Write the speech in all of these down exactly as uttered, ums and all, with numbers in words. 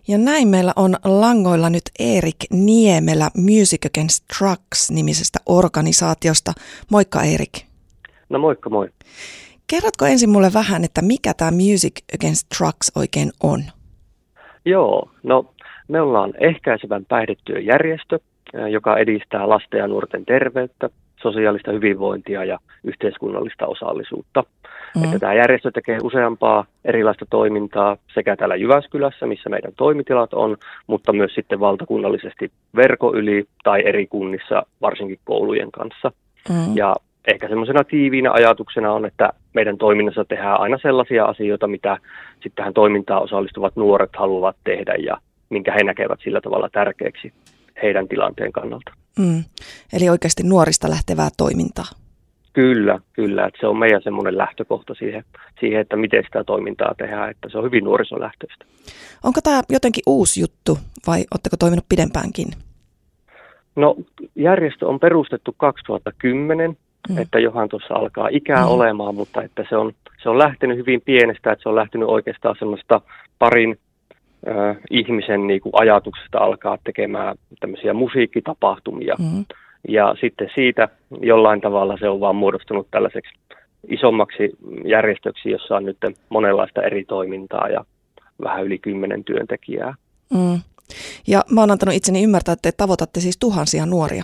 Ja näin meillä on langoilla nyt Erik Niemelä Music Against Drugs-nimisestä organisaatiosta. Moikka Erik. No moikka moi. Kerrotko ensin mulle vähän, että mikä tämä Music Against Drugs oikein on? Joo, no me ollaan ehkäisevän päihdetyön järjestö, joka edistää lasten ja nuorten terveyttä, sosiaalista hyvinvointia ja yhteiskunnallista osallisuutta. Mm. Että tämä järjestö tekee useampaa erilaista toimintaa sekä täällä Jyväskylässä, missä meidän toimitilat on, mutta myös sitten valtakunnallisesti verkon yli tai eri kunnissa, varsinkin koulujen kanssa. Mm. Ja ehkä semmoisena tiiviinä ajatuksena on, että meidän toiminnassa tehdään aina sellaisia asioita, mitä sitten tähän toimintaan osallistuvat nuoret haluavat tehdä ja minkä he näkevät sillä tavalla tärkeäksi heidän tilanteen kannalta. Mm. Eli oikeasti nuorista lähtevää toimintaa. Kyllä, kyllä. Että se on meidän semmoinen lähtökohta siihen, siihen, että miten sitä toimintaa tehdään, että se on hyvin nuorisolähtöistä. Onko tämä jotenkin uusi juttu vai oletteko toiminut pidempäänkin? No järjestö on perustettu kaksituhattakymmenen, mm. että johan tuossa alkaa ikää mm. olemaan, mutta että se on, se on lähtenyt hyvin pienestä, että se on lähtenyt oikeastaan semmoista parin äh, ihmisen niin kuin ajatuksesta alkaa tekemään tämmöisiä musiikkitapahtumia. Mm. Ja sitten siitä jollain tavalla se on vaan muodostunut tällaiseksi isommaksi järjestöksi, jossa on nyt monenlaista eri toimintaa ja vähän yli kymmenen työntekijää. Mm. Ja mä oon antanut itseni ymmärtää, että te tavoitatte siis tuhansia nuoria.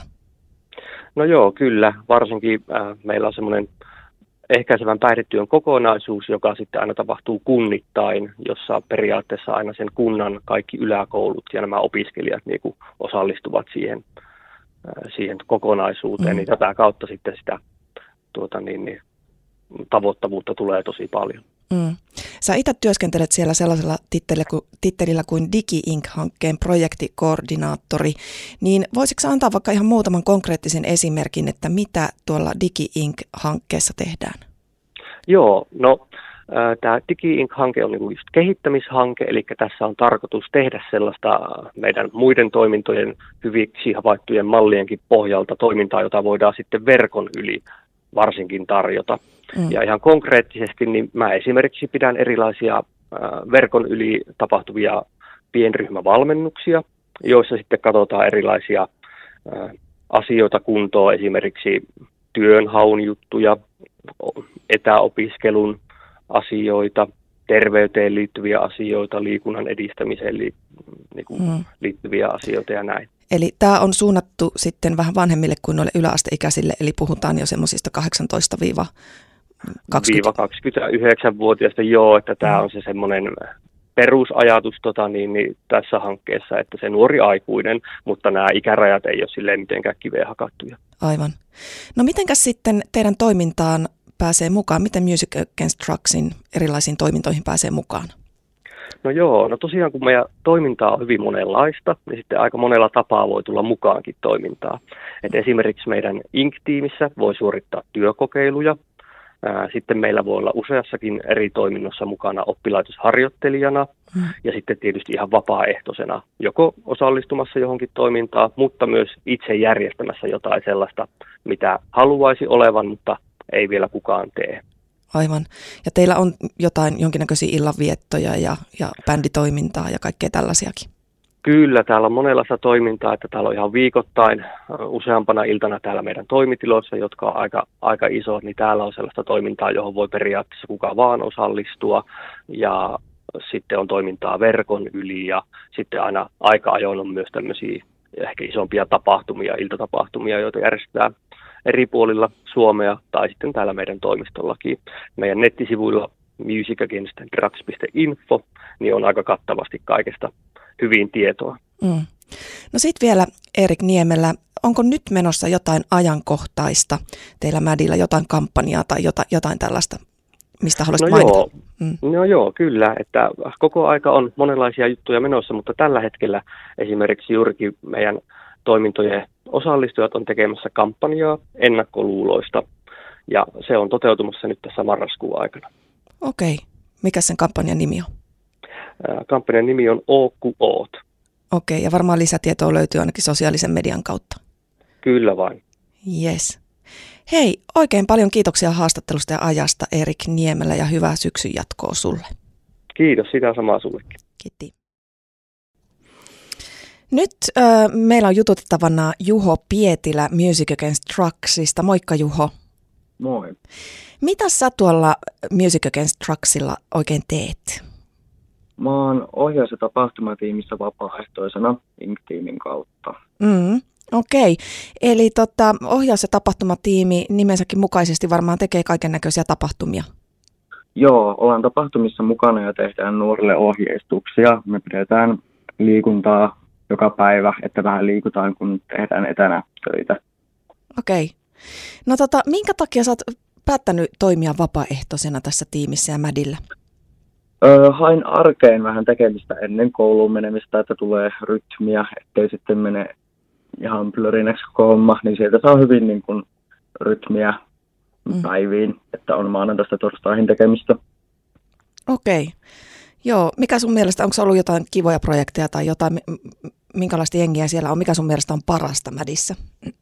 No joo, kyllä. Varsinkin äh, meillä on semmoinen ehkäisevän päihdetyön kokonaisuus, joka sitten aina tapahtuu kunnittain, jossa periaatteessa aina sen kunnan kaikki yläkoulut ja nämä opiskelijat niin kuin osallistuvat siihen. siihen kokonaisuuteen, mm. niin tätä kautta sitten sitä tuota, niin, niin, tavoittavuutta tulee tosi paljon. Mm. Sä itse työskentelet siellä sellaisella tittelillä kuin, tittelillä kuin DigiInc-hankkeen projektikoordinaattori, niin voisitko antaa vaikka ihan muutaman konkreettisen esimerkin, että mitä tuolla DigiInc-hankkeessa tehdään? Joo, no tämä DigiInc-hanke on niinku just kehittämishanke, eli tässä on tarkoitus tehdä sellaista meidän muiden toimintojen hyviksi havaittujen mallienkin pohjalta toimintaa, jota voidaan sitten verkon yli varsinkin tarjota. Mm. Ja ihan konkreettisesti niin mä esimerkiksi pidän erilaisia verkon yli tapahtuvia pienryhmävalmennuksia, joissa sitten katsotaan erilaisia asioita kuntoon, esimerkiksi työnhaun juttuja, etäopiskelun asioita, terveyteen liittyviä asioita, liikunnan edistämiseen li, niin kuin mm. liittyviä asioita ja näin. Eli tämä on suunnattu sitten vähän vanhemmille kuin noille yläasteikäisille, eli puhutaan jo semmoisista kahdeksantoista kaksikymmentäyhdeksän-vuotiaista, joo, että tämä mm. on se semmoinen perusajatus tota, niin, niin, tässä hankkeessa, että se nuori aikuinen, mutta nämä ikärajat ei ole silleen mitenkään kiveen hakattuja. Aivan. No mitenkäs sitten teidän toimintaan pääsee mukaan? Miten Music Against Drugsin erilaisiin toimintoihin pääsee mukaan? No joo, no tosiaan kun meidän toimintaa on hyvin monenlaista, niin sitten aika monella tapaa voi tulla mukaankin toimintaa. Et esimerkiksi meidän I N C-tiimissä voi suorittaa työkokeiluja. Sitten meillä voi olla useassakin eri toiminnossa mukana oppilaitosharjoittelijana hmm. ja sitten tietysti ihan vapaaehtoisena joko osallistumassa johonkin toimintaan, mutta myös itse järjestämässä jotain sellaista, mitä haluaisi olevan, mutta ei vielä kukaan tee. Aivan. Ja teillä on jotain jonkinnäköisiä illanviettoja ja, ja bänditoimintaa ja kaikkea tällaisiakin? Kyllä, täällä on monenlaista toimintaa, että täällä on ihan viikoittain useampana iltana täällä meidän toimitiloissa, jotka on aika, aika isot, niin täällä on sellaista toimintaa, johon voi periaatteessa kuka vaan osallistua ja sitten on toimintaa verkon yli ja sitten aina aika ajoin on myös tämmöisiä ehkä isompia tapahtumia, iltatapahtumia, joita järjestetään eri puolilla Suomea tai sitten täällä meidän toimistollakin. Meidän nettisivuilla music against drugs piste info niin on aika kattavasti kaikesta hyvin tietoa. Mm. No sitten vielä Erik Niemelä, onko nyt menossa jotain ajankohtaista teillä Mädillä, jotain kampanjaa tai jotain, jotain tällaista, mistä haluaisit no mainita? Joo. Mm. No joo, kyllä, että koko aika on monenlaisia juttuja menossa, mutta tällä hetkellä esimerkiksi juurikin meidän toimintojen osallistujat on tekemässä kampanjaa ennakkoluuloista ja se on toteutumassa nyt tässä marraskuun aikana. Okei. Mikä sen kampanjan nimi on? Kampanjan nimi on Oo ku oot. Okei, ja varmaan lisätietoa löytyy ainakin sosiaalisen median kautta. Kyllä vain. Yes. Hei, oikein paljon kiitoksia haastattelusta ja ajasta Erik Niemelä ja hyvää syksyn jatkoa sulle. Kiitos, sitä samaa sullekin. Kiitos. Nyt äh, meillä on jututettavana Juho Pietilä Music Against Drugsista. Moikka Juho. Moi. Mitä sä tuolla Music Against Drugsilla oikein teet? Mä oon ohjaus- ja tapahtumatiimissä vapaaehtoisena Ink-tiimin kautta. Mm, Okei, okay. Eli tota, ohjaus- ja tapahtumatiimi nimensäkin mukaisesti varmaan tekee kaiken näköisiä tapahtumia. Joo, ollaan tapahtumissa mukana ja tehdään nuorille ohjeistuksia. Me pidetään liikuntaa joka päivä, että vähän liikutaan, kun tehdään etänä töitä. Okei. Okay. No tota, minkä takia sä oot päättänyt toimia vapaaehtoisena tässä tiimissä ja Mädillä? Öö, hain arkeen vähän tekemistä ennen kouluun menemistä, että tulee rytmiä, ettei sitten mene ihan plörinäksi koko homma, niin sieltä saa hyvin niin kuin rytmiä mm. päiviin, että on maanantaista torstaihin tekemistä. Okei. Joo, mikä sun mielestä, onko ollut jotain kivoja projekteja tai jotain, minkälaista jengiä siellä on, mikä sun mielestä on parasta Mädissä?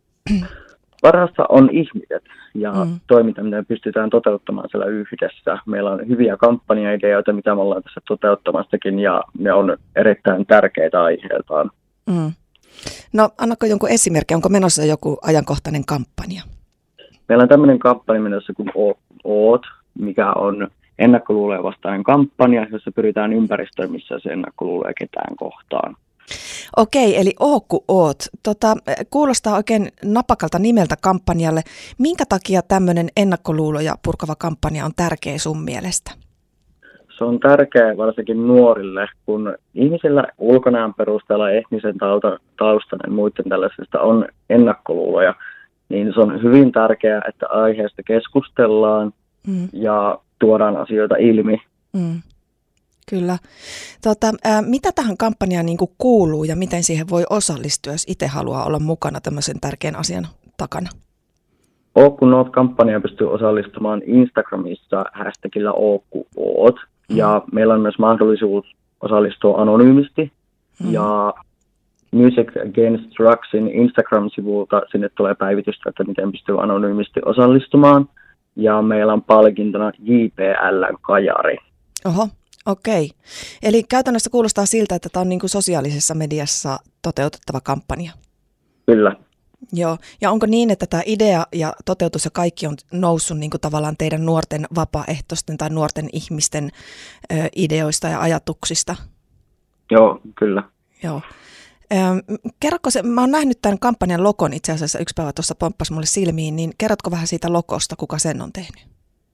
Parasta on ihmiset ja mm. toiminta, mitä pystytään toteuttamaan siellä yhdessä. Meillä on hyviä kampanjaideoita, mitä me ollaan tässä toteuttamassakin, ja ne on erittäin tärkeitä aiheiltaan. Mm. No, annako jonkun esimerkki, onko menossa joku ajankohtainen kampanja? Meillä on tämmöinen kampanja menossa kuin Oot, mikä on ennakkoluuloja vastainen kampanja, jossa pyritään ympäristöön, missä se ennakkoluuloja ketään kohtaan. Okei, eli Ookku Oot. Tota, kuulostaa oikein napakalta nimeltä kampanjalle. Minkä takia tämmöinen ennakkoluuloja purkava kampanja on tärkeä sun mielestä? Se on tärkeä varsinkin nuorille, kun ihmisillä ulkonäön perusteella etnisen taustan ja muiden tällaisista on ennakkoluuloja, niin se on hyvin tärkeää, että aiheesta keskustellaan mm. ja tuodaan asioita ilmi. Mm. Kyllä. Tota, ää, mitä tähän kampanjaan niin kuin kuuluu ja miten siihen voi osallistua, jos itse haluaa olla mukana tämmöisen tärkeän asian takana? Ookku Oot-kampanja pystyy osallistumaan Instagramissa hashtagillä Ookku Oot. Mm. Ja meillä on myös mahdollisuus osallistua anonyymisti. Mm. Ja Music Against Drugsin Instagram-sivulta sinne tulee päivitystä, että miten pystyy anonyymisti osallistumaan. Ja meillä on palkintona J P L-kajari. Oho. Okei. Eli käytännössä kuulostaa siltä, että tämä on niin kuin sosiaalisessa mediassa toteutettava kampanja. Kyllä. Joo. Ja onko niin, että tämä idea ja toteutus ja kaikki on noussut niin kuin tavallaan teidän nuorten vapaaehtoisten tai nuorten ihmisten ö, ideoista ja ajatuksista? Joo, kyllä. Joo. Kerrotko se, mä oon nähnyt tämän kampanjan logon itse asiassa, yksi päivä tuossa pomppasi mulle silmiin, niin kerrotko vähän siitä logosta, kuka sen on tehnyt?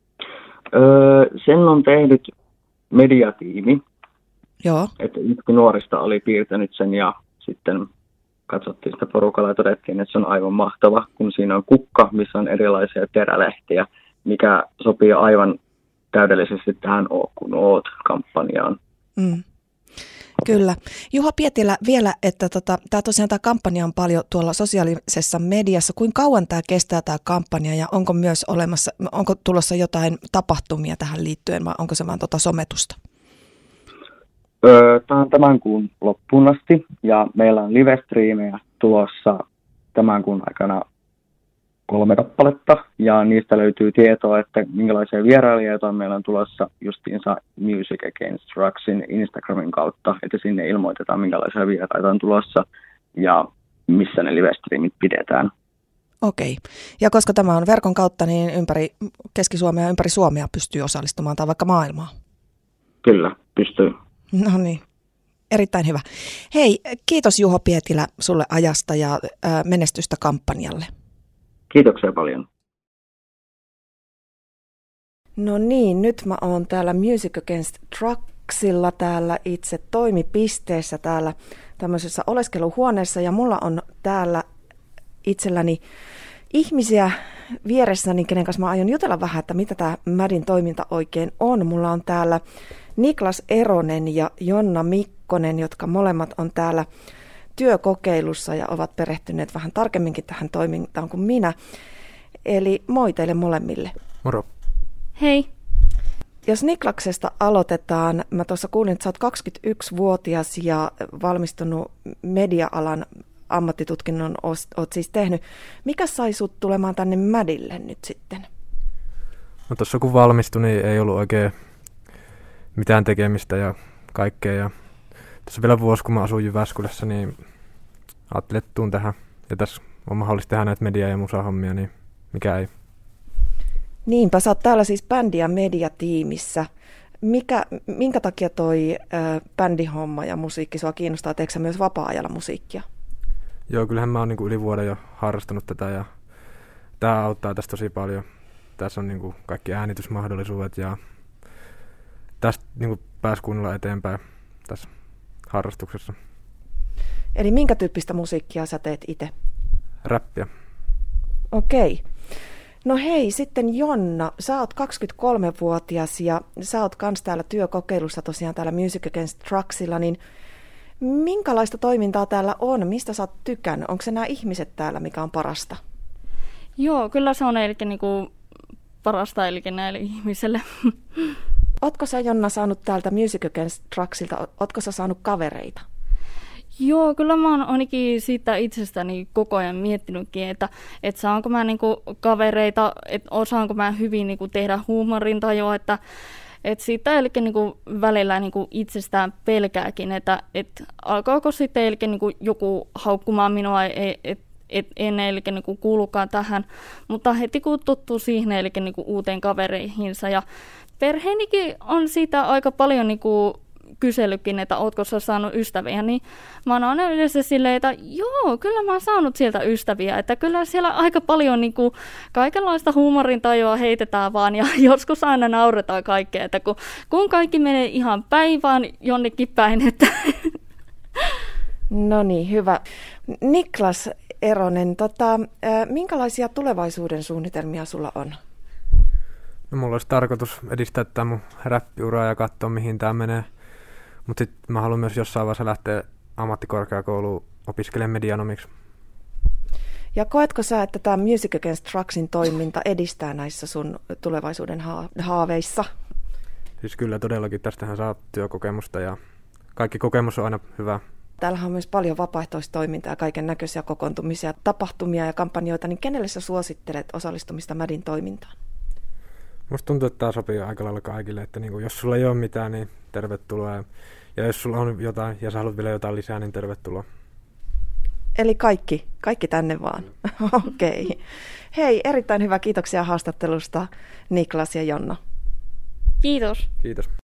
Öö, sen on tehnyt mediatiimi. Joo. Että yksi nuorista oli piirtänyt sen ja sitten katsottiin sitä porukalla ja todettiin, että se on aivan mahtava, kun siinä on kukka, missä on erilaisia terälehtiä, mikä sopii aivan täydellisesti tähän Ookku Oot-kampanjaan. Mm. Kyllä. Juho Pietilä vielä, että tota, tämä tosiaan tämä kampanja on paljon tuolla sosiaalisessa mediassa. Kuinka kauan tämä kestää tämä kampanja ja onko myös olemassa, onko tulossa jotain tapahtumia tähän liittyen vai onko se vain tota sometusta? Öö, tämä on tämän kuun loppuun asti ja meillä on live-striimejä tulossa tämän kuun aikana kolme kappaletta ja niistä löytyy tietoa, että minkälaisia vierailijoita meillä on tulossa justiinsa Music Against Drugsin Instagramin kautta, että sinne ilmoitetaan minkälaisia vieraita on tulossa ja missä ne live-streamit pidetään. Okei. Ja koska tämä on verkon kautta, niin ympäri Keski-Suomea ja ympäri Suomea pystyy osallistumaan tai vaikka maailmaa? Kyllä, pystyy. No niin. Erittäin hyvä. Hei, kiitos Juho Pietilä sulle ajasta ja ää, menestystä kampanjalle. Kiitoksia paljon. No niin, nyt mä oon täällä Music Against Drugsilla täällä itse toimipisteessä täällä tämmöisessä oleskeluhuoneessa ja mulla on täällä itselläni ihmisiä vieressäni, kenen kanssa mä aion jutella vähän, että mitä tämä Mädin toiminta oikein on. Mulla on täällä Niklas Eronen ja Jonna Mikkonen, jotka molemmat on täällä työkokeilussa ja ovat perehtyneet vähän tarkemminkin tähän toimintaan kuin minä. Eli moi teille molemmille. Moro. Hei. Jos Niklaksesta aloitetaan, mä tuossa kuulin, että sä oot kaksikymmentäyksivuotias ja valmistunut media-alan ammattitutkinnon oot siis tehnyt. Mikä sai sut tulemaan tänne Mädille nyt sitten? No tuossa kun valmistui, niin ei ollut oikein mitään tekemistä ja kaikkea. Ja tuossa vielä vuosi, kun mä asuin Jyväskylässä, niin ajattelin, että tuun tähän. Ja tässä on mahdollista tehdä näitä media- ja musahommia, niin mikä ei. Niinpä, sä oot täällä siis bändi- ja mediatiimissä. Mikä, minkä takia toi ö, bändihomma ja musiikki sua kiinnostaa? Teekö sä myös vapaa-ajalla musiikkia? Joo, kyllähän mä oon niinku yli vuoden jo harrastanut tätä ja tää auttaa tässä tosi paljon. Tässä on niinku kaikki äänitysmahdollisuudet ja tästä niinku pääsi kunnolla eteenpäin tässä harrastuksessa. Eli minkä tyyppistä musiikkia sä teet itse? Räppiä. Okei. No hei, sitten Jonna, sä oot kaksikymmentäkolmevuotias ja sä oot kans täällä työkokeilussa tosiaan täällä Music Against Drugsilla, niin minkälaista toimintaa täällä on? Mistä sä oot tykännyt? Onko se nämä ihmiset täällä, mikä on parasta? Joo, kyllä se on eli niinku parasta eli näille ihmisille. Ootko sä, Jonna, saanut täältä Music Against Drugsilta, ootko sä saanut kavereita? Joo, kyllä mä oon ainakin siitä itsestäni koko ajan miettinytkin, että, että saanko mä niinku kavereita, että osaanko mä hyvin niinku tehdä huumorintajua, että, että siitä eli niinku välillä niinku itsestään pelkääkin, että, että alkaako sitten eli niinku joku haukkumaan minua, että et en eli niinku kuulukaan tähän, mutta heti kun tottuu siihen eli niinku uuteen kavereihinsa ja perheenikin on siitä aika paljon niinku kyselykin, että ootko sä saanut ystäviä, niin mä oon aina yleensä silleen, että joo, kyllä mä oon saanut sieltä ystäviä, että kyllä siellä aika paljon niin kuin kaikenlaista huumorintajua heitetään vaan ja joskus aina nauretaan kaikkea, että kun, kun kaikki menee ihan päivään jonnekin päin, että No niin, hyvä. Niklas Eronen, tota, minkälaisia tulevaisuuden suunnitelmia sulla on? No mulla olisi tarkoitus edistää tätä mun räppiuraa ja katsoa mihin tää menee. Mutta sitten mä haluan myös jossain vaiheessa lähteä ammattikorkeakouluun opiskelemaan medianomiksi. Ja koetko sä, että tämä Music Against Drugsin toiminta edistää näissä sun tulevaisuuden haaveissa? Siis kyllä todellakin, tästähän saa työkokemusta ja kaikki kokemus on aina hyvä. Täällähän on myös paljon vapaaehtoistoimintaa, kaiken näköisiä kokoontumisia, tapahtumia ja kampanjoita, niin kenelle sä suosittelet osallistumista Mädin toimintaan? Musta tuntuu, että tämä sopii aika lailla kaikille, että niin jos sulla ei ole mitään, niin tervetuloa. Ja, ja jos sulla on jotain ja sä haluat vielä jotain lisää, niin tervetuloa. Eli kaikki, kaikki tänne vaan. Okei. Okay. Hei, erittäin hyvä. Kiitoksia haastattelusta Niklas ja Jonna. Kiitos. Kiitos.